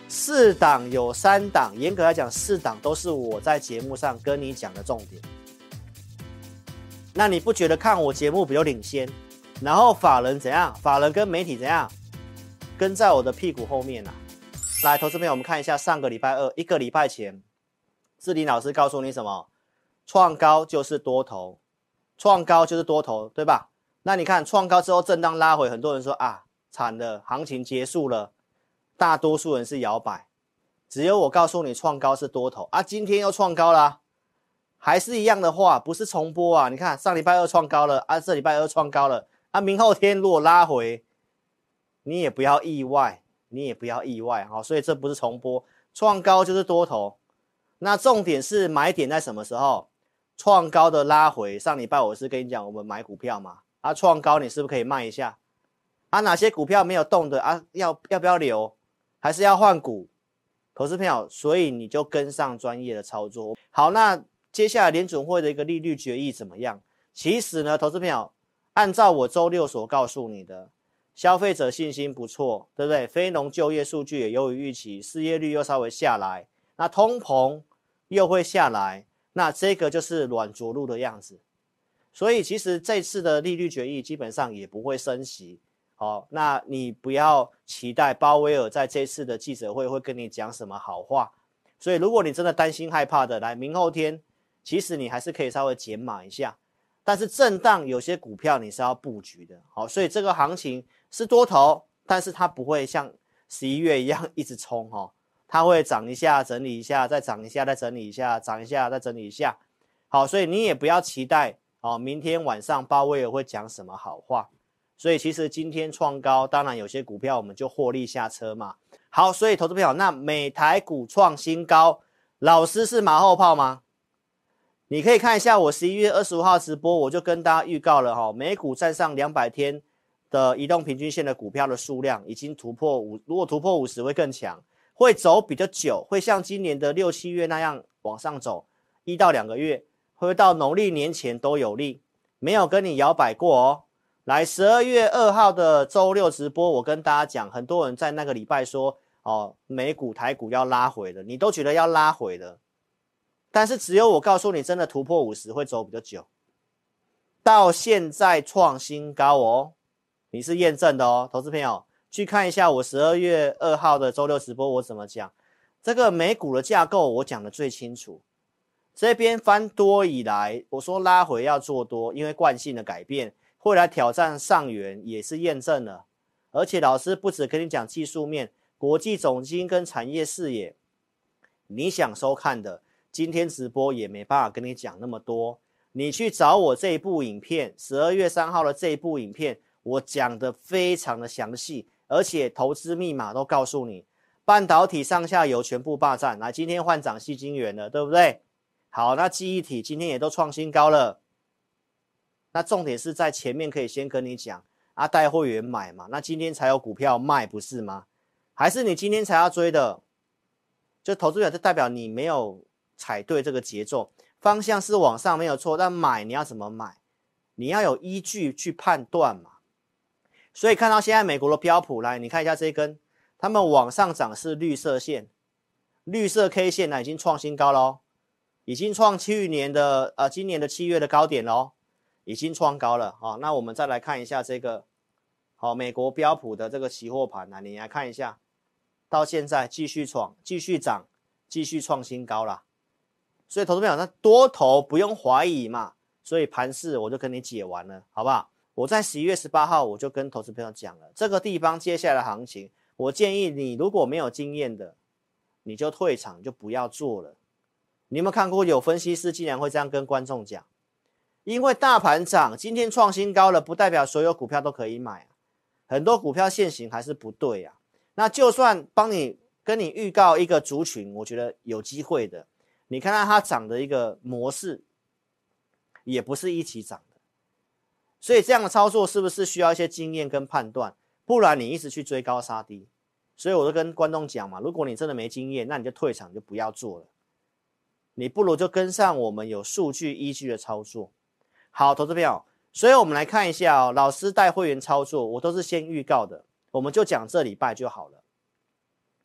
4档有3档，严格来讲4档都是我在节目上跟你讲的重点。那你不觉得看我节目比较领先，然后法人怎样？法人跟媒体怎样？跟在我的屁股后面啊。来，投资朋友，我们看一下上个礼拜二，1个礼拜前，志林老师告诉你什么？创高就是多头，创高就是多头，对吧？那你看创高之后震荡拉回，很多人说啊，惨了，行情结束了。大多数人是摇摆，只有我告诉你创高是多头啊，今天又创高啦，还是一样的话，不是重播啊。你看上礼拜二创高了啊，这礼拜二创高了啊，明后天如果拉回，你也不要意外，好，所以这不是重播，创高就是多头。那重点是买点在什么时候？创高的拉回，上礼拜我是跟你讲我们买股票嘛，啊，创高你是不是可以卖一下？啊，哪些股票没有动的啊？要不要留？还是要换股？投资朋友，所以你就跟上专业的操作。好，那接下来联准会的一个利率决议怎么样？其实呢，投资朋友，按照我周六所告诉你的，消费者信心不错，对不对？非农就业数据也优于预期，失业率又稍微下来，那通膨又会下来，那这个就是软着陆的样子。所以其实这次的利率决议基本上也不会升息。好，那你不要期待鲍威尔在这次的记者会跟你讲什么好话。所以如果你真的担心害怕的，来明后天，其实你还是可以稍微减码一下。但是震荡有些股票你是要布局的。好，所以这个行情是多头，但是它不会像11月一样一直冲哈，它会涨一下整理一下，再涨一下再整理一下，涨一下再整理一下。好，所以你也不要期待明天晚上鲍威尔会讲什么好话。所以其实今天创高，当然有些股票我们就获利下车嘛。好，所以投资朋友，那美台股创新高，老师是马后炮吗？你可以看一下我11月25号直播，我就跟大家预告了美股站上200天的移动平均线的股票的数量已经突破5，如果突破50会更强，会走比较久，会像今年的6、7月那样往上走，1到2个月，会到农历年前都有利，没有跟你摇摆过哦。来12月2号的周六直播，我跟大家讲，很多人在那个礼拜说美股台股要拉回了，你都觉得要拉回了，但是只有我告诉你真的突破50会走比较久，到现在创新高哦，你是验证的哦。投资朋友去看一下我12月2号的周六直播我怎么讲，这个美股的架构我讲的最清楚。这边翻多以来，我说拉回要做多，因为惯性的改变会来挑战上缘，也是验证了。而且老师不只跟你讲技术面，国际总经跟产业视野，你想收看的，今天直播也没办法跟你讲那么多。你去找我这一部影片，12月3号的这一部影片，我讲的非常的详细，而且投资密码都告诉你。半导体上下游全部霸占，那今天换涨矽晶圆了，对不对？好，那记忆体今天也都创新高了。那重点是在前面可以先跟你讲啊，带会员买嘛，那今天才有股票卖，不是吗？还是你今天才要追的？就投资者就代表你没有踩对这个节奏，方向是往上没有错，但买你要怎么买？你要有依据去判断嘛。所以看到现在美国的标普，来你看一下这一根，他们往上涨是绿色线，绿色 K 线呢已经创新高了已经创今年的7月的高点了已经创高了那我们再来看一下这个美国标普的这个期货盘你来看一下，到现在继续涨，继续创新高啦。所以投资朋友，那多头不用怀疑嘛，所以盘势我就跟你解完了，好不好？我在11月18号我就跟投资朋友讲了，这个地方接下来的行情，我建议你如果没有经验的，你就退场，就不要做了。你有没有看过有分析师竟然会这样跟观众讲？因为大盘涨，今天创新高了，不代表所有股票都可以买很多股票现行还是不对那就算跟你预告一个族群，我觉得有机会的，你看到它涨的一个模式，也不是一起涨的，所以这样的操作是不是需要一些经验跟判断？不然你一直去追高杀低。所以我就跟观众讲嘛，如果你真的没经验，那你就退场，就不要做了。你不如就跟上我们有数据依据的操作。好，投资朋友，所以我们来看一下老师带会员操作，我都是先预告的，我们就讲这礼拜就好了。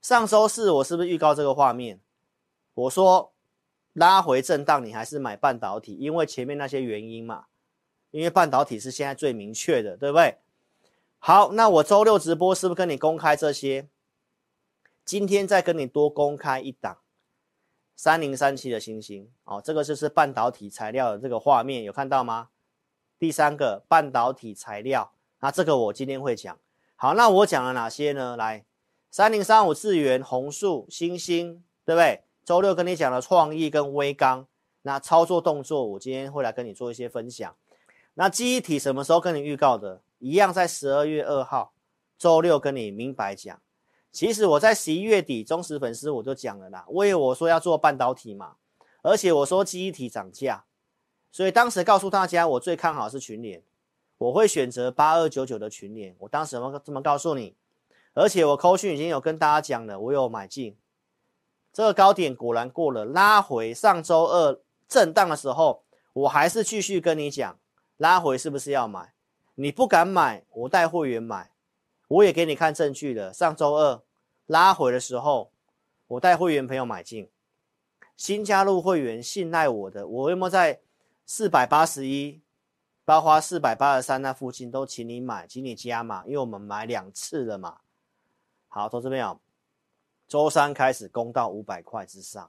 上周四我是不是预告这个画面？我说拉回震荡，你还是买半导体，因为前面那些原因嘛。因为半导体是现在最明确的，对不对？好，那我周六直播是不是跟你公开这些？今天再跟你多公开一档3037的星星哦，这个就是半导体材料的这个画面，有看到吗？第三个半导体材料，那这个我今天会讲。好，那我讲了哪些呢？来，3035智原、弘塑、星星，对不对？周六跟你讲了创意跟威刚，那操作动作我今天会来跟你做一些分享。那记忆体什么时候跟你预告的？一样在12月2号，周六跟你明白讲。其实我在11月底，忠实粉丝我就讲了啦，我以为我说要做半导体嘛，而且我说记忆体涨价，所以当时告诉大家我最看好是群联，我会选择8299的群联，我当时这么告诉你，而且我扣讯已经有跟大家讲了，我有买进，这个高点果然过了，拉回上周二震荡的时候，我还是继续跟你讲。拉回是不是要买？你不敢买，我带会员买，我也给你看证据了。上周二拉回的时候，我带会员朋友买进，新加入会员信赖我的，我有没有在481，包括483那附近都请你买，请你加码，因为我们买2次了嘛。好，投资朋友，周三开始攻到500块之上，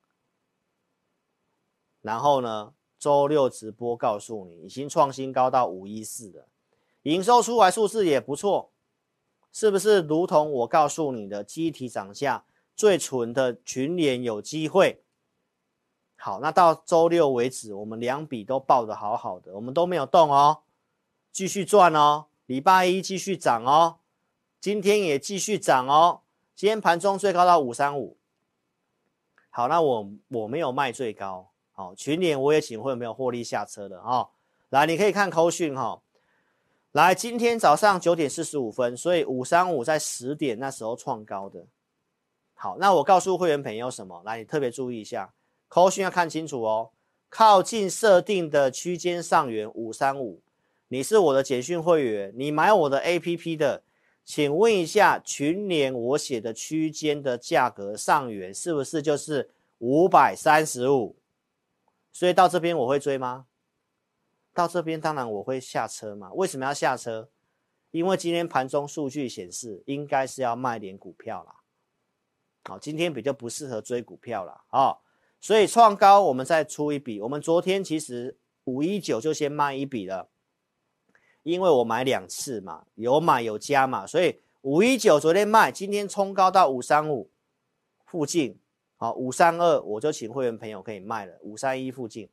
然后呢？周六直播告诉你，已经创新高到514了，营收出来数字也不错，是不是如同我告诉你的记忆体涨价，最纯的群联有机会？好，那到周六为止，我们2笔都抱得好好的，我们都没有动哦，继续赚哦，礼拜一继续涨哦，今天也继续涨哦，今天盘中最高到535。好，那我没有卖最高。好，群联我也请会有没有获利下车的哈、来，你可以看扣讯哈。来，今天早上9点45分，所以535在10点那时候创高的。好，那我告诉会员朋友什么？来，你特别注意一下，扣讯要看清楚哦。靠近设定的区间上缘535，你是我的简讯会员，你买我的 APP 的，请问一下，群联我写的区间的价格上缘是不是就是535？所以到这边我会追吗？到这边当然我会下车嘛。为什么要下车？因为今天盘中数据显示应该是要卖点股票啦。好，今天比较不适合追股票啦。所以创高我们再出一笔。我们昨天其实519就先卖一笔了，因为我买2次嘛，有买有加嘛，所以519昨天卖，今天冲高到535附近。好，532我就请会员朋友可以卖了，531附近，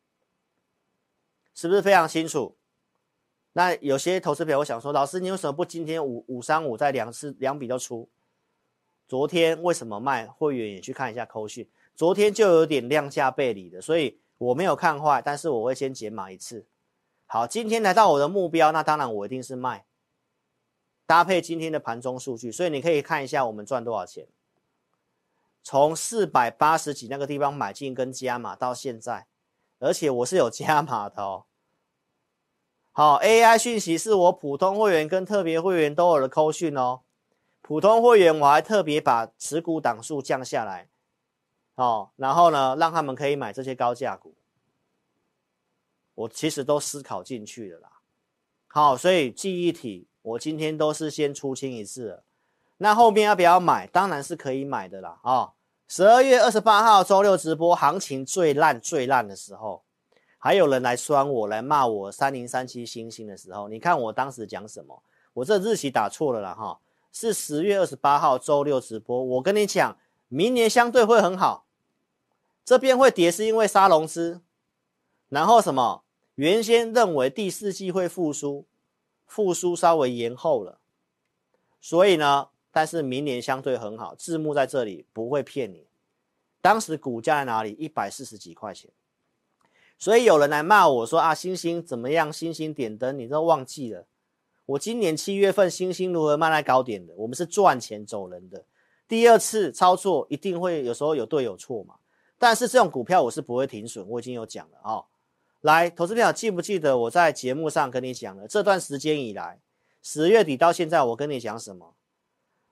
是不是非常清楚？那有些投资朋友想说，老师你为什么不今天535再2笔都出？昨天为什么卖？会员也去看一下扣讯，昨天就有点量价背离的，所以我没有看坏，但是我会先减码一次。好，今天来到我的目标，那当然我一定是卖，搭配今天的盘中数据，所以你可以看一下我们赚多少钱。从480几那个地方买进跟加码到现在，而且我是有加码的哦。好 ，AI 讯息是我普通会员跟特别会员都有的扣讯哦。普通会员我还特别把持股档数降下来，然后呢，让他们可以买这些高价股。我其实都思考进去了啦。好，所以记忆体我今天都是先出清一次了。那后面要不要买？当然是可以买的啦。12月28号周六直播，行情最烂的时候，还有人来酸我，来骂我3037星星的时候，你看我当时讲什么？我这日期打错了啦是10月28号周六直播。我跟你讲，明年相对会很好，这边会跌是因为杀融资，然后什么？原先认为第4季会复苏稍微延后了，所以呢，但是明年相对很好，字幕在这里不会骗你。当时股价在哪里？140几块钱。所以有人来骂我说星星怎么样？星星点灯，你都忘记了。我今年7月份星星如何卖在高点的？我们是赚钱走人的。第2次操作一定会有时候有对有错嘛，但是这种股票我是不会停损，我已经有讲了来，投资朋友记不记得我在节目上跟你讲了，这段时间以来10月底到现在我跟你讲什么？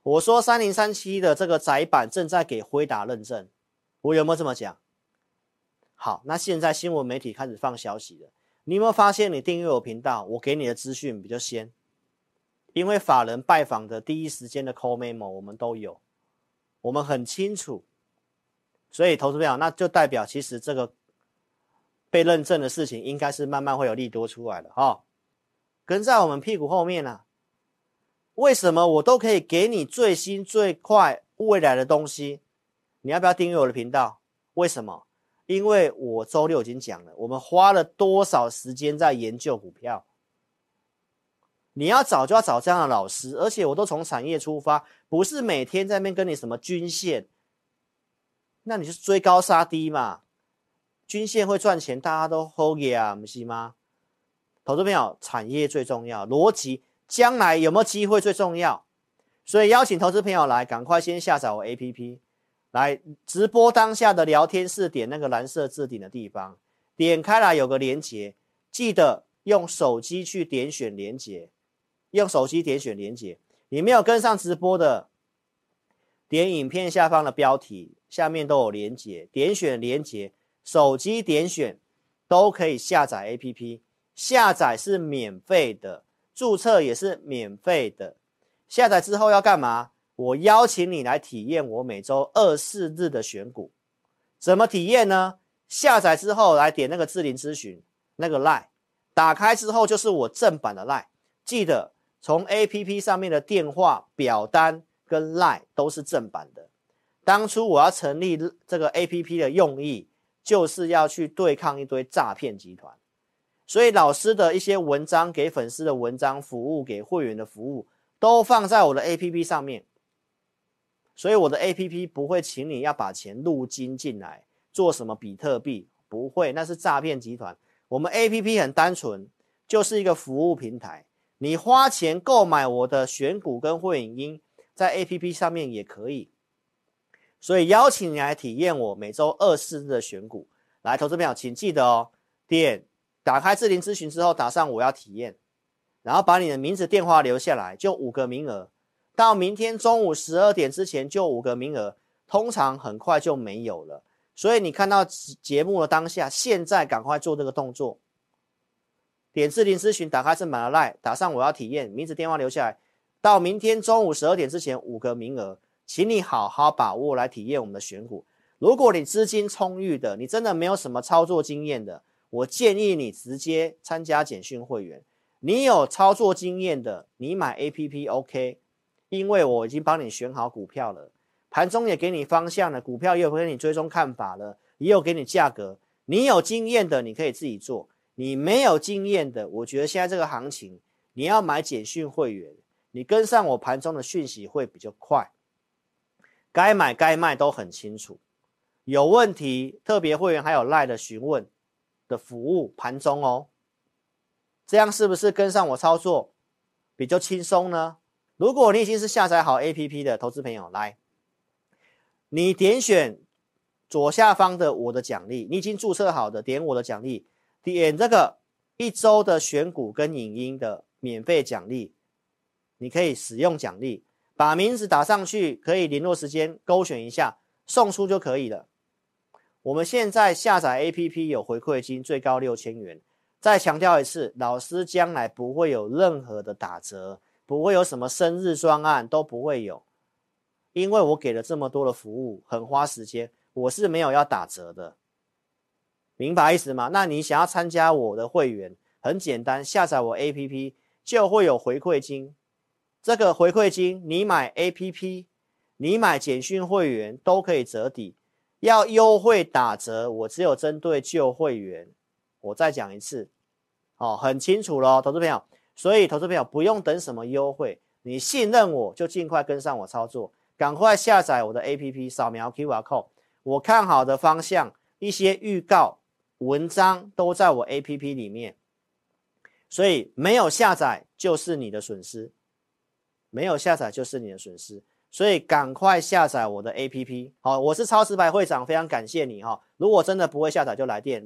我说3037的这个载板正在给辉达认证，我有没有这么讲？好，那现在新闻媒体开始放消息了，你有没有发现你订阅我频道，我给你的资讯比较先？因为法人拜访的第一时间的 call memo 我们都有，我们很清楚，所以投资朋友，那就代表其实这个被认证的事情应该是慢慢会有利多出来的跟在我们屁股后面啊。为什么我都可以给你最新最快未来的东西？你要不要订阅我的频道？为什么？因为我周六已经讲了，我们花了多少时间在研究股票。你要找就要找这样的老师，而且我都从产业出发，不是每天在那边跟你什么均线，那你就追高杀低嘛。均线会赚钱，大家都 hold 啊，不是吗？投资朋友，产业最重要，逻辑将来有没有机会最重要。所以邀请投资朋友来，赶快先下载我 APP， 来直播当下的聊天室，点那个蓝色置顶的地方，点开来有个连结，记得用手机去点选连结。用手机点选连结，你没有跟上直播的，点影片下方的标题，下面都有连结，点选连结，手机点选都可以下载 APP， 下载是免费的，注册也是免费的。下载之后要干嘛？我邀请你来体验我每周2、4日的选股。怎么体验呢？下载之后来点那个智霖咨询那个 LINE， 打开之后就是我正版的 LINE， 记得从 APP 上面的电话、表单跟 LINE 都是正版的。当初我要成立这个 APP 的用意，就是要去对抗一堆诈骗集团。所以老师的一些文章，给粉丝的文章服务，给会员的服务，都放在我的 APP 上面。所以我的 APP 不会请你要把钱入金进来，做什么比特币，不会，那是诈骗集团。我们 APP 很单纯，就是一个服务平台。你花钱购买我的选股跟会影音，在 APP 上面也可以。所以邀请你来体验我每周2、4日的选股。来，投资朋友请记得打开智霖咨询之后，打上我要体验，然后把你的名字电话留下来，就5个名额，到明天中午12点之前就5个名额，通常很快就没有了。所以你看到节目的当下，现在赶快做这个动作。点智霖咨询，打开正版的 LINE， 打上我要体验，名字电话留下来，到明天中午12点之前5个名额，请你好好把握来体验我们的选股。如果你资金充裕的，你真的没有什么操作经验的，我建议你直接参加简讯会员。你有操作经验的，你买 APP OK， 因为我已经帮你选好股票了，盘中也给你方向了，股票也有给你追踪看法了，也有给你价格。你有经验的，你可以自己做。你没有经验的，我觉得现在这个行情，你要买简讯会员，你跟上我盘中的讯息会比较快，该买该卖都很清楚。有问题，特别会员还有 LINE 的询问的服务，盘中哦，这样是不是跟上我操作比较轻松呢？如果你已经是下载好 APP 的投资朋友，来，你点选左下方的我的奖励，你已经注册好的，点我的奖励。点这个1周的选股跟影音的免费奖励，你可以使用奖励，把名字打上去，可以联络时间勾选一下，送出就可以了。我们现在下载 APP 有回馈金，最高6000元。再强调一次，老师将来不会有任何的打折，不会有什么生日专案，都不会有，因为我给了这么多的服务，很花时间，我是没有要打折的。明白意思吗？那你想要参加我的会员，很简单，下载我 APP 就会有回馈金。这个回馈金，你买 APP， 你买简讯会员都可以折抵。要优惠打折，我只有针对旧会员。我再讲一次，很清楚咯，投资朋友。所以投资朋友不用等什么优惠，你信任我就尽快跟上我操作，赶快下载我的 APP， 扫描 QR Code， 我看好的方向，一些预告文章都在我 APP 里面，所以没有下载就是你的损失，没有下载就是你的损失，所以赶快下载我的 APP。好，我是超直白会长，非常感谢你哈。如果真的不会下载就来电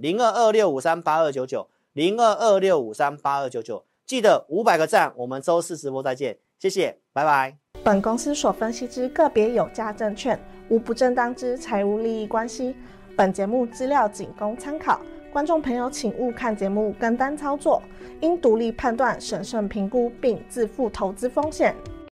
0226538299 0226538299，记得500个赞，我们周4直播再见，谢谢，拜拜。 本公司所分析之个别有价证券，无不正当之财务利益关系。本节目资料仅供参考，观众朋友请勿看节目跟单操作，应独立判断、审慎评估并自负投资风险。